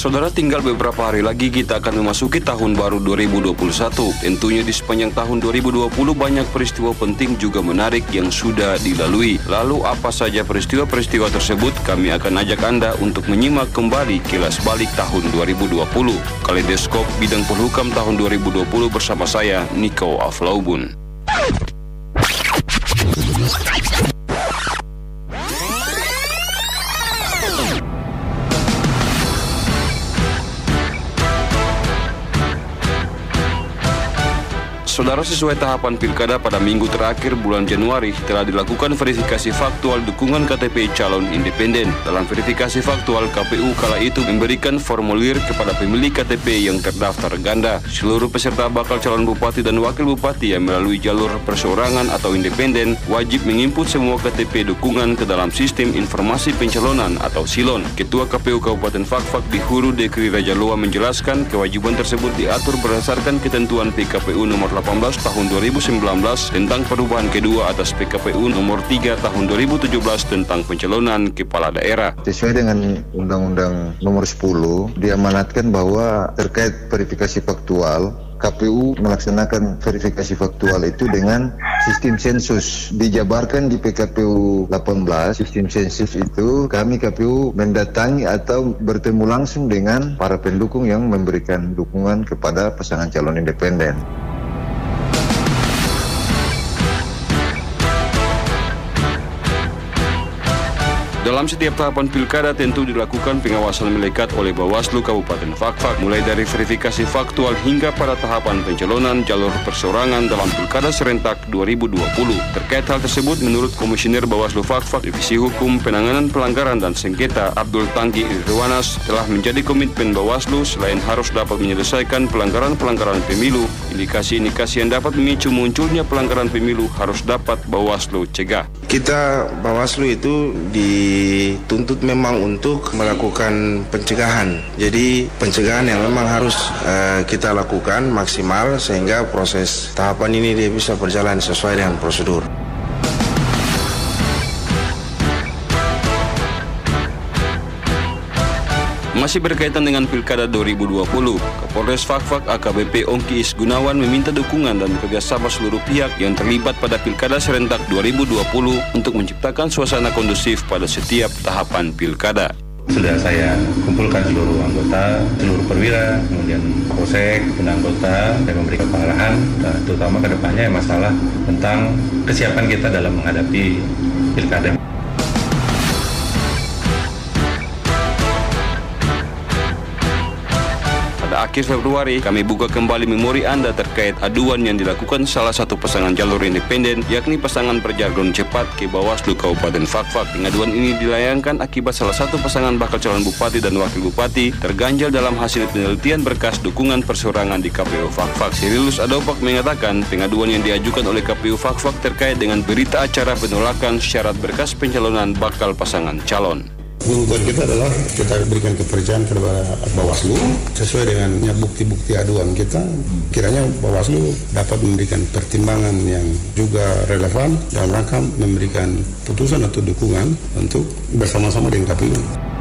Saudara, tinggal beberapa hari lagi kita akan memasuki tahun baru 2021. Tentunya di sepanjang tahun 2020 banyak peristiwa penting juga menarik yang sudah dilalui. Lalu apa saja peristiwa-peristiwa tersebut? Kami akan ajak Anda untuk menyimak kembali kilas balik tahun 2020. Kaleidoskop Bidang Polhukam tahun 2020 bersama saya, Niko Aflaubun. Saudara, sesuai tahapan pilkada pada minggu terakhir bulan Januari telah dilakukan verifikasi faktual dukungan KTP calon independen. Dalam verifikasi faktual, KPU kala itu memberikan formulir kepada pemilik KTP yang terdaftar ganda. Seluruh peserta bakal calon bupati dan wakil bupati yang melalui jalur perseorangan atau independen wajib menginput semua KTP dukungan ke dalam sistem informasi pencalonan atau SILON. Ketua KPU Kabupaten Fakfak di Hulu Dekri Raja Loa menjelaskan kewajiban tersebut diatur berdasarkan ketentuan PKPU nomor 18 tahun 2019 tentang perubahan kedua atas PKPU nomor 3 tahun 2017 tentang pencalonan kepala daerah. Sesuai dengan Undang-Undang nomor 10, diamanatkan bahwa terkait verifikasi faktual, KPU melaksanakan verifikasi faktual itu dengan sistem sensus. Dijabarkan di PKPU 18, sistem sensus itu kami KPU mendatangi atau bertemu langsung dengan para pendukung yang memberikan dukungan kepada pasangan calon independen. Dalam setiap tahapan pilkada tentu dilakukan pengawasan melekat oleh Bawaslu Kabupaten Fakfak, mulai dari verifikasi faktual hingga pada tahapan pencalonan jalur perseorangan dalam Pilkada Serentak 2020. Terkait hal tersebut, menurut Komisioner Bawaslu Fakfak Divisi Hukum Penanganan Pelanggaran dan Sengketa Abdul Tanggi Irwanas, telah menjadi komitmen Bawaslu selain harus dapat menyelesaikan pelanggaran-pelanggaran pemilu, indikasi-indikasi yang dapat memicu munculnya pelanggaran pemilu harus dapat Bawaslu cegah. Kita Bawaslu itu dituntut memang untuk melakukan pencegahan. Jadi pencegahan yang memang harus kita lakukan maksimal sehingga proses tahapan ini dia bisa berjalan sesuai dengan prosedur. Masih berkaitan dengan Pilkada 2020, Kapolres Fakfak AKBP Ongki Isgunawan meminta dukungan dan kerjasama seluruh pihak yang terlibat pada Pilkada Serentak 2020 untuk menciptakan suasana kondusif pada setiap tahapan pilkada. Sudah saya kumpulkan seluruh anggota, seluruh perwira, kemudian Polsek, dan anggota, dan memberikan pengarahan, terutama ke depannya masalah tentang kesiapan kita dalam menghadapi pilkada. Akhir Februari, kami buka kembali memori Anda terkait aduan yang dilakukan salah satu pasangan jalur independen, yakni pasangan berjargon cepat ke Bawaslu Kabupaten Fakfak. Pengaduan ini dilayangkan akibat salah satu pasangan bakal calon bupati dan wakil bupati terganjal dalam hasil penelitian berkas dukungan perseorangan di KPU Fakfak. Sirilus Adopak mengatakan pengaduan yang diajukan oleh KPU Fakfak terkait dengan berita acara penolakan syarat berkas pencalonan bakal pasangan calon. Tuntutan kita adalah kita berikan kepercayaan kepada Bawaslu sesuai dengan bukti-bukti aduan kita. Kiranya Bawaslu dapat memberikan pertimbangan yang juga relevan dalam rangka memberikan putusan atau dukungan untuk bersama-sama dengan KPU.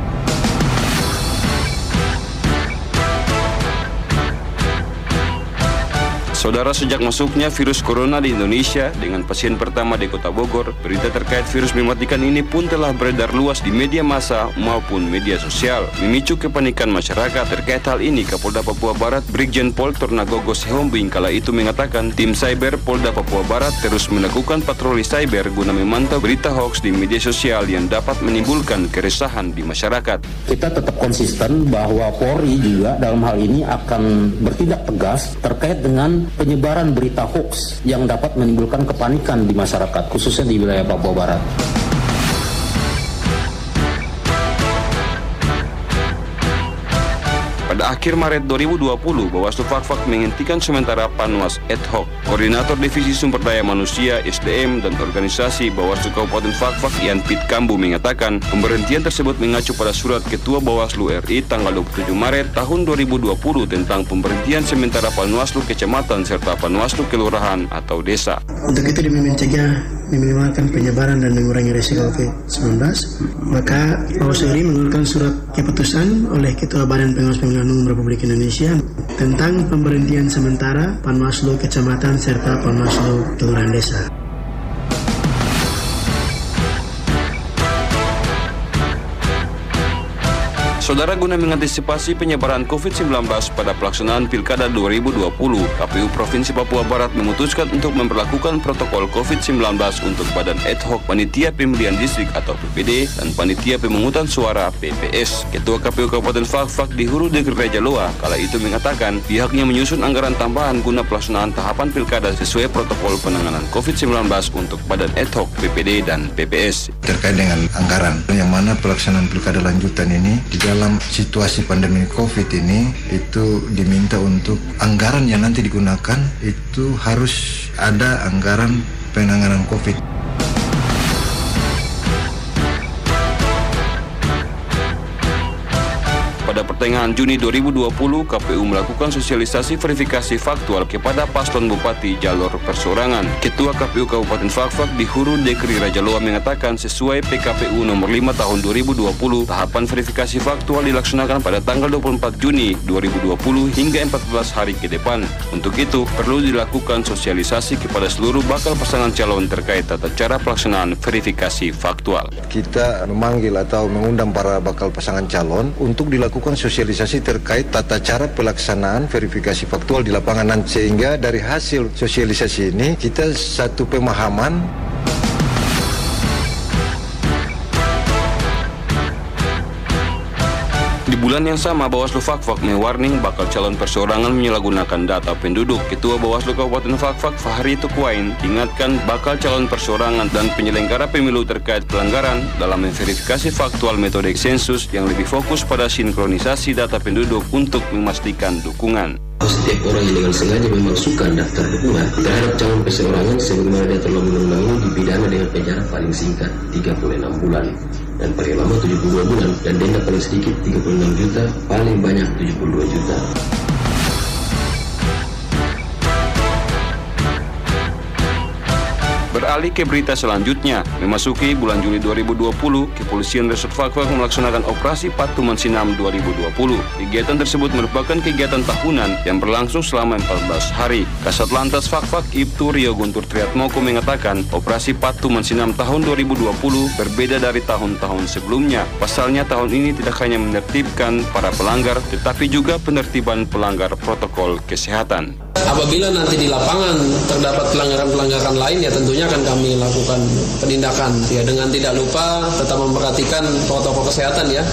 Saudara, sejak masuknya virus corona di Indonesia dengan pasien pertama di Kota Bogor, berita terkait virus mematikan ini pun telah beredar luas di media massa maupun media sosial, memicu kepanikan masyarakat. Terkait hal ini, Kapolda Papua Barat Brigjen Pol Tornagogo Sehombing kala itu mengatakan tim cyber Polda Papua Barat terus melakukan patroli cyber guna memantau berita hoax di media sosial yang dapat menimbulkan keresahan di masyarakat. Kita tetap konsisten bahwa Polri juga dalam hal ini akan bertindak tegas terkait dengan penyebaran berita hoax yang dapat menimbulkan kepanikan di masyarakat, khususnya di wilayah Papua Barat. Pada akhir Maret 2020, Bawaslu Fakfak menghentikan sementara Panwas ad hoc. Koordinator Divisi Sumber Daya Manusia, SDM, dan Organisasi Bawaslu Kabupaten Fakfak, Ian Pit Kambu mengatakan pemberhentian tersebut mengacu pada surat Ketua Bawaslu RI tanggal 27 Maret tahun 2020 tentang pemberhentian sementara Panwaslu Kecamatan serta Panwaslu Kelurahan atau Desa. Untuk itu demi mencegah meminimalkan penyebaran dan mengurangi risiko COVID-19, maka Bawaslu RI mengeluarkan surat keputusan oleh Ketua Badan Pengawas Pemilihan Umum Republik Indonesia tentang pemberhentian sementara Panwaslu Kecamatan serta Panwaslu Kelurahan Desa. Saudara, guna mengantisipasi penyebaran COVID-19 pada pelaksanaan Pilkada 2020, KPU Provinsi Papua Barat memutuskan untuk memperlakukan protokol COVID-19 untuk Badan Ad Hoc Panitia Pemilihan Distrik atau PPD dan Panitia Pemungutan Suara PPS. Ketua KPU Kabupaten Fak-Fak di Hulu Degri Raja Loa kala itu mengatakan pihaknya menyusun anggaran tambahan guna pelaksanaan tahapan Pilkada sesuai protokol penanganan COVID-19 untuk Badan Ad Hoc PPD dan PPS. Terkait dengan anggaran, yang mana pelaksanaan Pilkada lanjutan ini di dalam situasi pandemi COVID ini itu diminta untuk anggaran yang nanti digunakan itu harus ada anggaran penanganan COVID. Pada pertengahan Juni 2020, KPU melakukan sosialisasi verifikasi faktual kepada paslon Bupati Jalur Persorangan. Ketua KPU Kabupaten Fak-Fak di Huru Dekri Raja Loa mengatakan sesuai PKPU nomor 5 tahun 2020, tahapan verifikasi faktual dilaksanakan pada tanggal 24 Juni 2020 hingga 14 hari ke depan. Untuk itu, perlu dilakukan sosialisasi kepada seluruh bakal pasangan calon terkait tata cara pelaksanaan verifikasi faktual. Kita memanggil atau mengundang para bakal pasangan calon untuk dilakukan sosialisasi terkait tata cara pelaksanaan verifikasi faktual di lapangan, sehingga dari hasil sosialisasi ini kita satu pemahaman. Di bulan yang sama, Bawaslu Fak-Fak mewarning bakal calon perseorangan menyalahgunakan data penduduk. Ketua Bawaslu Kabupaten Fak-Fak Fahri Tukwain ingatkan bakal calon perseorangan dan penyelenggara pemilu terkait pelanggaran dalam memverifikasi faktual metode sensus yang lebih fokus pada sinkronisasi data penduduk untuk memastikan dukungan. Setiap orang yang dengan sengaja memasukkan daftar dukungan terhadap calon perseorangan sebagaimana dia telah undang-undang dipidana dengan penjara paling singkat 36 bulan dan paling lama 72 bulan dan denda paling sedikit 36 juta, paling banyak 72 juta. Beralih ke berita selanjutnya, memasuki bulan Juli 2020, Kepolisian Resort Fak-Fak melaksanakan Operasi Patuman Sinam 2020. Kegiatan tersebut merupakan kegiatan tahunan yang berlangsung selama 14 hari. Kasat Lantas Fak-Fak Ibtu Rio Guntur Triatmoko mengatakan, Operasi Patuman Sinam tahun 2020 berbeda dari tahun-tahun sebelumnya. Pasalnya tahun ini tidak hanya menertibkan para pelanggar, tetapi juga penertiban pelanggar protokol kesehatan. Apabila nanti di lapangan terdapat pelanggaran-pelanggaran lain, ya tentunya akan kami lakukan penindakan. Ya, dengan tidak lupa tetap memperhatikan protokol kesehatan ya.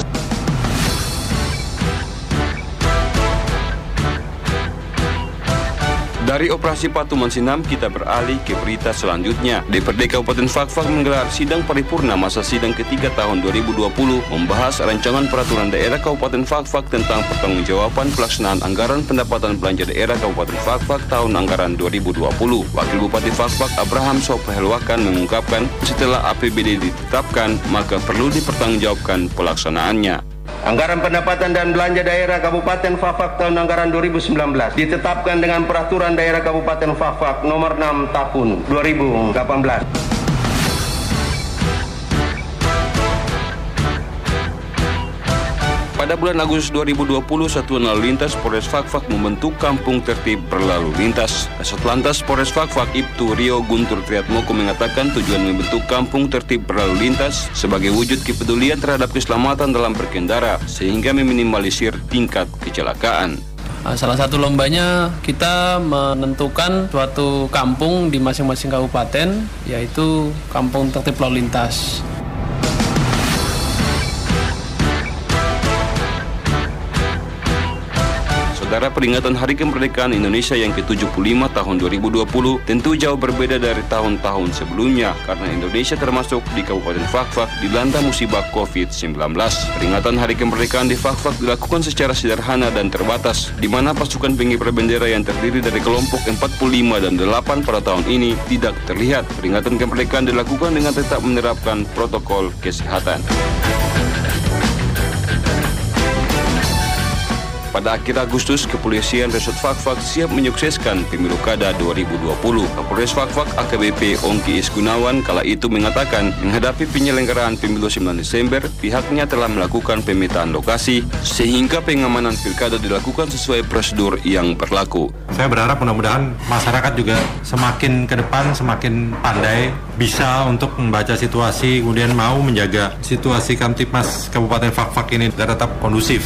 Dari Operasi Patuman Sinam, kita beralih ke berita selanjutnya. DPRD Kabupaten Fak-Fak menggelar sidang paripurna masa sidang ketiga tahun 2020 membahas rancangan peraturan daerah Kabupaten Fak-Fak tentang pertanggungjawaban pelaksanaan anggaran pendapatan belanja daerah Kabupaten Fak-Fak tahun anggaran 2020. Wakil Bupati Fak-Fak Abraham Sopehelwakan mengungkapkan setelah APBD ditetapkan, maka perlu dipertanggungjawabkan pelaksanaannya. Anggaran pendapatan dan belanja daerah Kabupaten Fak-Fak tahun anggaran 2019 ditetapkan dengan Peraturan Daerah Kabupaten Fak-Fak nomor 6 tahun 2018. Pada bulan Agustus 2020, Satuan Lalu Lintas Polres Fak-Fak membentuk Kampung Tertib Berlalu Lintas. Kasat Lantas Polres Fak-Fak Ibtu Rio Guntur Triatmoko mengatakan tujuan membentuk Kampung Tertib Berlalu Lintas sebagai wujud kepedulian terhadap keselamatan dalam berkendara sehingga meminimalisir tingkat kecelakaan. Salah satu lombanya kita menentukan suatu kampung di masing-masing kabupaten, yaitu Kampung Tertib Berlalu Lintas. Saudara, peringatan Hari Kemerdekaan Indonesia yang ke-75 tahun 2020 tentu jauh berbeda dari tahun-tahun sebelumnya karena Indonesia termasuk di Kabupaten Fak-Fak dilanda musibah COVID-19. Peringatan Hari Kemerdekaan di Fak-Fak dilakukan secara sederhana dan terbatas, di mana pasukan pengibar bendera yang terdiri dari kelompok 45 dan 8 pada tahun ini tidak terlihat. Peringatan kemerdekaan dilakukan dengan tetap menerapkan protokol kesehatan. pada akhir Agustus, Kepolisian Resort Fak-Fak siap menyukseskan pemilu kada 2020. Kapolres Fak-Fak AKBP Ongki Isgunawan kala itu mengatakan menghadapi penyelenggaraan pemilu 9 Desember, pihaknya telah melakukan pemetaan lokasi sehingga pengamanan pilkada dilakukan sesuai prosedur yang berlaku. Saya berharap mudah-mudahan masyarakat juga semakin ke depan semakin pandai, bisa untuk membaca situasi, kemudian mau menjaga situasi Kamtipmas Kabupaten Fak-Fak ini agar tetap kondusif.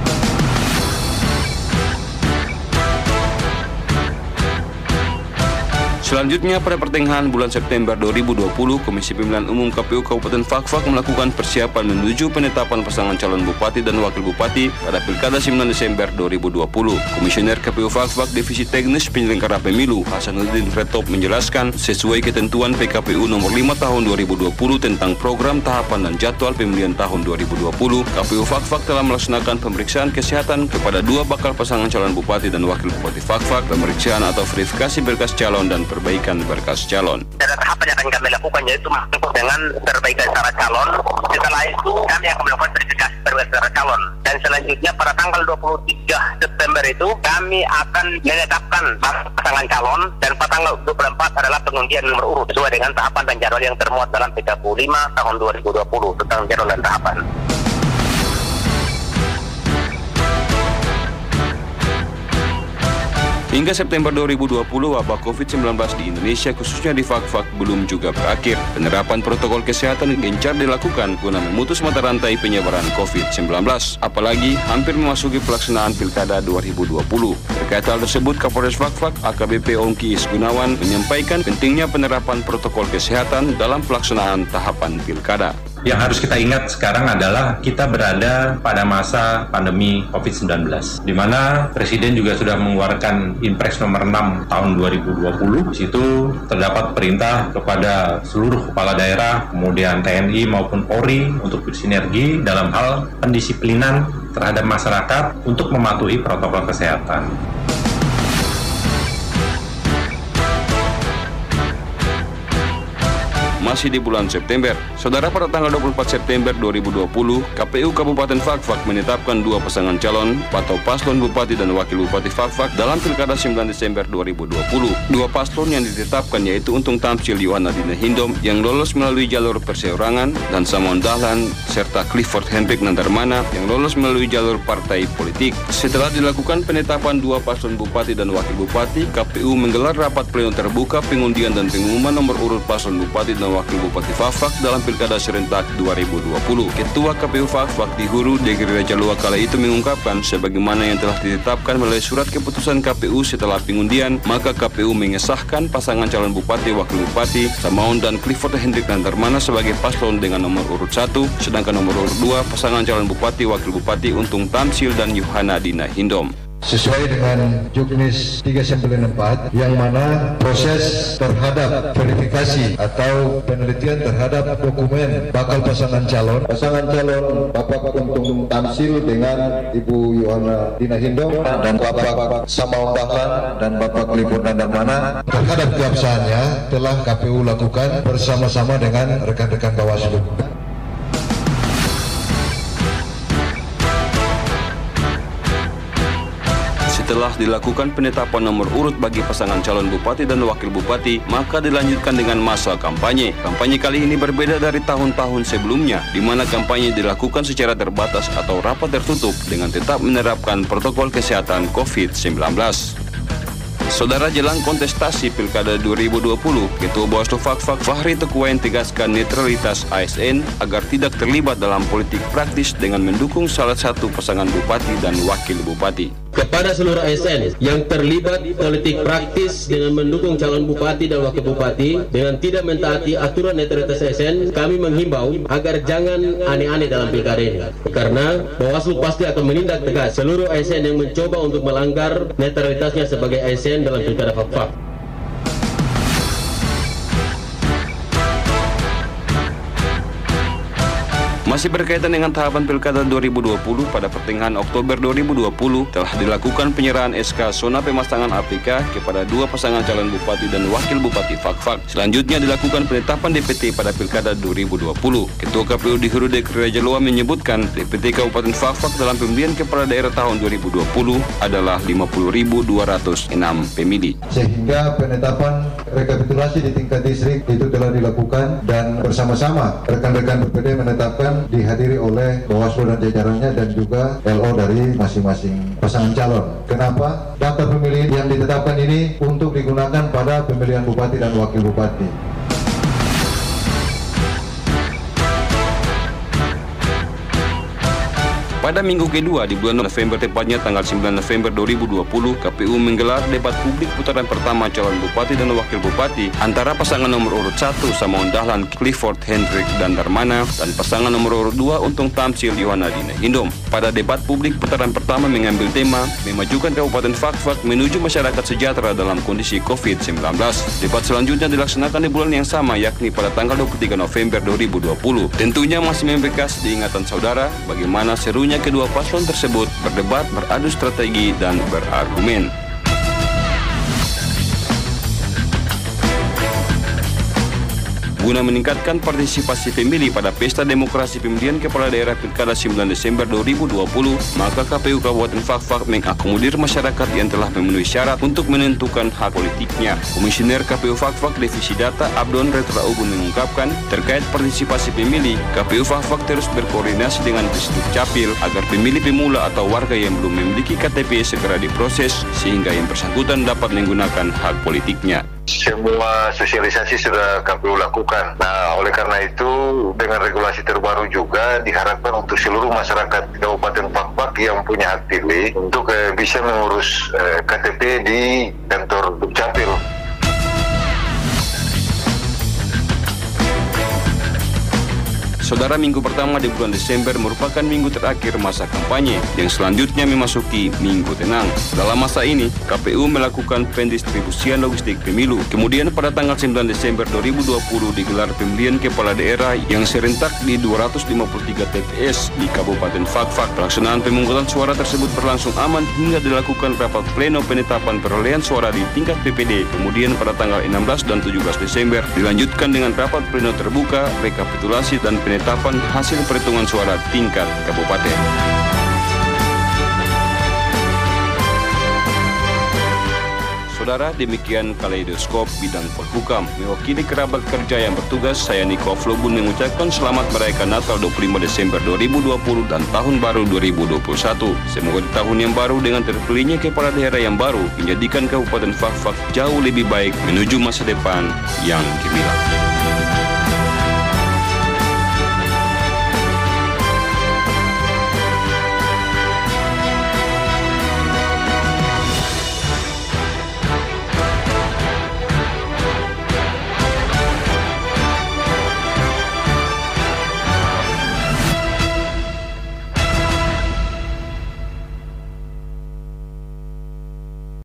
Selanjutnya, pada pertengahan bulan September 2020, Komisi Pemilihan Umum KPU Kabupaten Fak-Fak melakukan persiapan menuju penetapan pasangan calon bupati dan wakil bupati pada Pilkada 9 Desember 2020. Komisioner KPU Fak-Fak Divisi Teknis Penyelenggara Pemilu Hasanuddin Retop menjelaskan, sesuai ketentuan PKPU nomor 5 tahun 2020 tentang program tahapan dan jadwal pemilihan tahun 2020, KPU Fak-Fak telah melaksanakan pemeriksaan kesehatan kepada 2 bakal pasangan calon bupati dan wakil bupati Fak-Fak, pemeriksaan atau verifikasi berkas calon dan perbaikan berkas calon. Ada tahapan yang akan kami lakukan, yaitu masuk dengan perbaikan syarat calon. Setelah itu kami akan melakukan verifikasi berkas syarat calon. Dan selanjutnya pada tanggal 23 September itu kami akan menetapkan pasangan calon, dan pada tanggal 24 adalah pengundian nomor urut sesuai dengan tahapan dan jadwal yang termuat dalam PKPU 5 tahun 2020 tentang jadwal dan tahapan. Hingga September 2020, wabah COVID-19 di Indonesia khususnya di Fak-Fak belum juga berakhir. Penerapan protokol kesehatan gencar dilakukan guna memutus mata rantai penyebaran COVID-19. Apalagi hampir memasuki pelaksanaan Pilkada 2020. Terkait hal tersebut, Kapolres Fak-Fak AKBP Ongki Isgunawan menyampaikan pentingnya penerapan protokol kesehatan dalam pelaksanaan tahapan Pilkada. Yang harus kita ingat sekarang adalah kita berada pada masa pandemi COVID-19, di mana Presiden juga sudah mengeluarkan Impres nomor 6 tahun 2020. Di situ terdapat perintah kepada seluruh kepala daerah, kemudian TNI maupun Polri untuk bersinergi dalam hal pendisiplinan terhadap masyarakat untuk mematuhi protokol kesehatan. Masih di bulan September, saudara, pada tanggal 24 September 2020, KPU Kabupaten Fak-Fak menetapkan 2 pasangan calon atau paslon bupati dan wakil bupati Fak-Fak dalam Pilkada 9 Desember 2020. 2 paslon yang ditetapkan yaitu Untung Tamsil Yohana Dina Hindom yang lolos melalui jalur perseorangan, dan Samuel Dahlan serta Clifford Hendrik Nandarmana yang lolos melalui jalur partai politik. Setelah dilakukan penetapan 2 paslon bupati dan wakil bupati, KPU menggelar rapat pleno terbuka pengundian dan pengumuman nomor urut paslon bupati dan wakil bupati Fak-Fak dalam Pilkada serentak 2020. Ketua KPU Fak-Fak di Huru Degri Raja Lua kala itu mengungkapkan, sebagaimana yang telah ditetapkan melalui surat keputusan KPU setelah pengundian, maka KPU mengesahkan pasangan calon bupati wakil bupati Samaun dan Clifford Hendrik Nandarmana sebagai paslon dengan nomor urut 1, sedangkan nomor urut 2 pasangan calon bupati wakil bupati Untung Tamsil dan Yohana Dina Hindom. Sesuai dengan Juknis 394 yang mana proses terhadap verifikasi atau penelitian terhadap dokumen bakal pasangan calon Bapak Untung Tamsil dengan Ibu Yohana Dina Hindom dan Bapak Samaun Dahlan dan Bapak Clifford Nandarmana terhadap keabsahannya telah KPU lakukan bersama-sama dengan rekan-rekan Bawaslu. Setelah dilakukan penetapan nomor urut bagi pasangan calon bupati dan wakil bupati, maka dilanjutkan dengan masa kampanye. Kampanye kali ini berbeda dari tahun-tahun sebelumnya, di mana kampanye dilakukan secara terbatas atau rapat tertutup dengan tetap menerapkan protokol kesehatan COVID-19. Saudara, jelang kontestasi Pilkada 2020, Ketua Bawaslu Fak-Fak Fahri Tekuwain tegaskan netralitas ASN agar tidak terlibat dalam politik praktis dengan mendukung salah satu pasangan bupati dan wakil bupati. Kepada seluruh ASN yang terlibat politik praktis dengan mendukung calon bupati dan wakil bupati dengan tidak mentaati aturan netralitas ASN, kami menghimbau agar jangan aneh-aneh dalam pilkada ini. Karena Bawaslu pasti akan menindak tegas seluruh ASN yang mencoba untuk melanggar netralitasnya sebagai ASN dalam pilkada Fak-Fak. Masih berkaitan dengan tahapan Pilkada 2020, pada pertengahan Oktober 2020 telah dilakukan penyerahan SK zona pemasangan APK kepada 2 pasangan calon bupati dan wakil bupati Fakfak. Selanjutnya dilakukan penetapan DPT pada Pilkada 2020. Ketua KPU di Hulu Dekri Raja Loa menyebutkan DPT Kabupaten Fakfak dalam pemilihan kepala daerah tahun 2020 adalah 50.206 pemilih. Sehingga penetapan rekapitulasi di tingkat distrik itu telah dilakukan dan bersama-sama rekan-rekan BPD menetapkan dihadiri oleh Bawaslu dan jajarannya dan juga LO dari masing-masing pasangan calon. Kenapa? Data pemilih yang ditetapkan ini untuk digunakan pada pemilihan bupati dan wakil bupati. Pada minggu kedua di bulan November, tepatnya tanggal 9 November 2020, KPU menggelar debat publik putaran pertama calon bupati dan wakil bupati antara pasangan nomor urut 1 Samaun Dahlan Clifford Hendrik dan Darmana dan pasangan nomor urut 2 Untung Tamsil Yohana Dina Hindom. Pada debat publik putaran pertama mengambil tema memajukan Kabupaten Fakfak menuju masyarakat sejahtera dalam kondisi COVID-19. Debat selanjutnya dilaksanakan di bulan yang sama, yakni pada tanggal 23 November 2020. Tentunya masih membekas di ingatan saudara bagaimana serunya kedua paslon tersebut berdebat, beradu strategi, dan berargumen. Guna meningkatkan partisipasi pemilih pada Pesta Demokrasi Pemilihan Kepala Daerah Pilkada 9 Desember 2020, maka KPU Kabupaten Fakfak mengakomodir masyarakat yang telah memenuhi syarat untuk menentukan hak politiknya. Komisioner KPU Fakfak Divisi Data Abdon Retraubun mengungkapkan, terkait partisipasi pemilih, KPU Fakfak terus berkoordinasi dengan Disduk Capil agar pemilih pemula atau warga yang belum memiliki KTP segera diproses sehingga yang bersangkutan dapat menggunakan hak politiknya. Semua sosialisasi sudah KPU lakukan. Nah, oleh karena itu dengan regulasi terbaru juga diharapkan untuk seluruh masyarakat Kabupaten Fakfak yang punya hak pilih untuk bisa mengurus KTP di kantor Dukcapil. Saudara, minggu pertama di bulan Desember merupakan minggu terakhir masa kampanye yang selanjutnya memasuki minggu tenang. Dalam masa ini, KPU melakukan pendistribusian logistik pemilu. Kemudian pada tanggal 9 Desember 2020 digelar pemilihan kepala daerah yang serentak di 253 TPS di Kabupaten Fakfak. Pelaksanaan pemungutan suara tersebut berlangsung aman hingga dilakukan rapat pleno penetapan perolehan suara di tingkat PPD. Kemudian pada tanggal 16 dan 17 Desember dilanjutkan dengan rapat pleno terbuka, rekapitulasi dan penetapan hasil perhitungan suara tingkat kabupaten. Saudara, demikian kaleidoskop bidang Polhukam. Mewakili kerabat kerja yang bertugas, saya Niko Flobun mengucapkan selamat merayakan Natal 25 Desember 2020 dan Tahun Baru 2021. Semoga di tahun yang baru dengan terpilihnya kepala daerah yang baru menjadikan Kabupaten Fakfak jauh lebih baik menuju masa depan yang gemilang.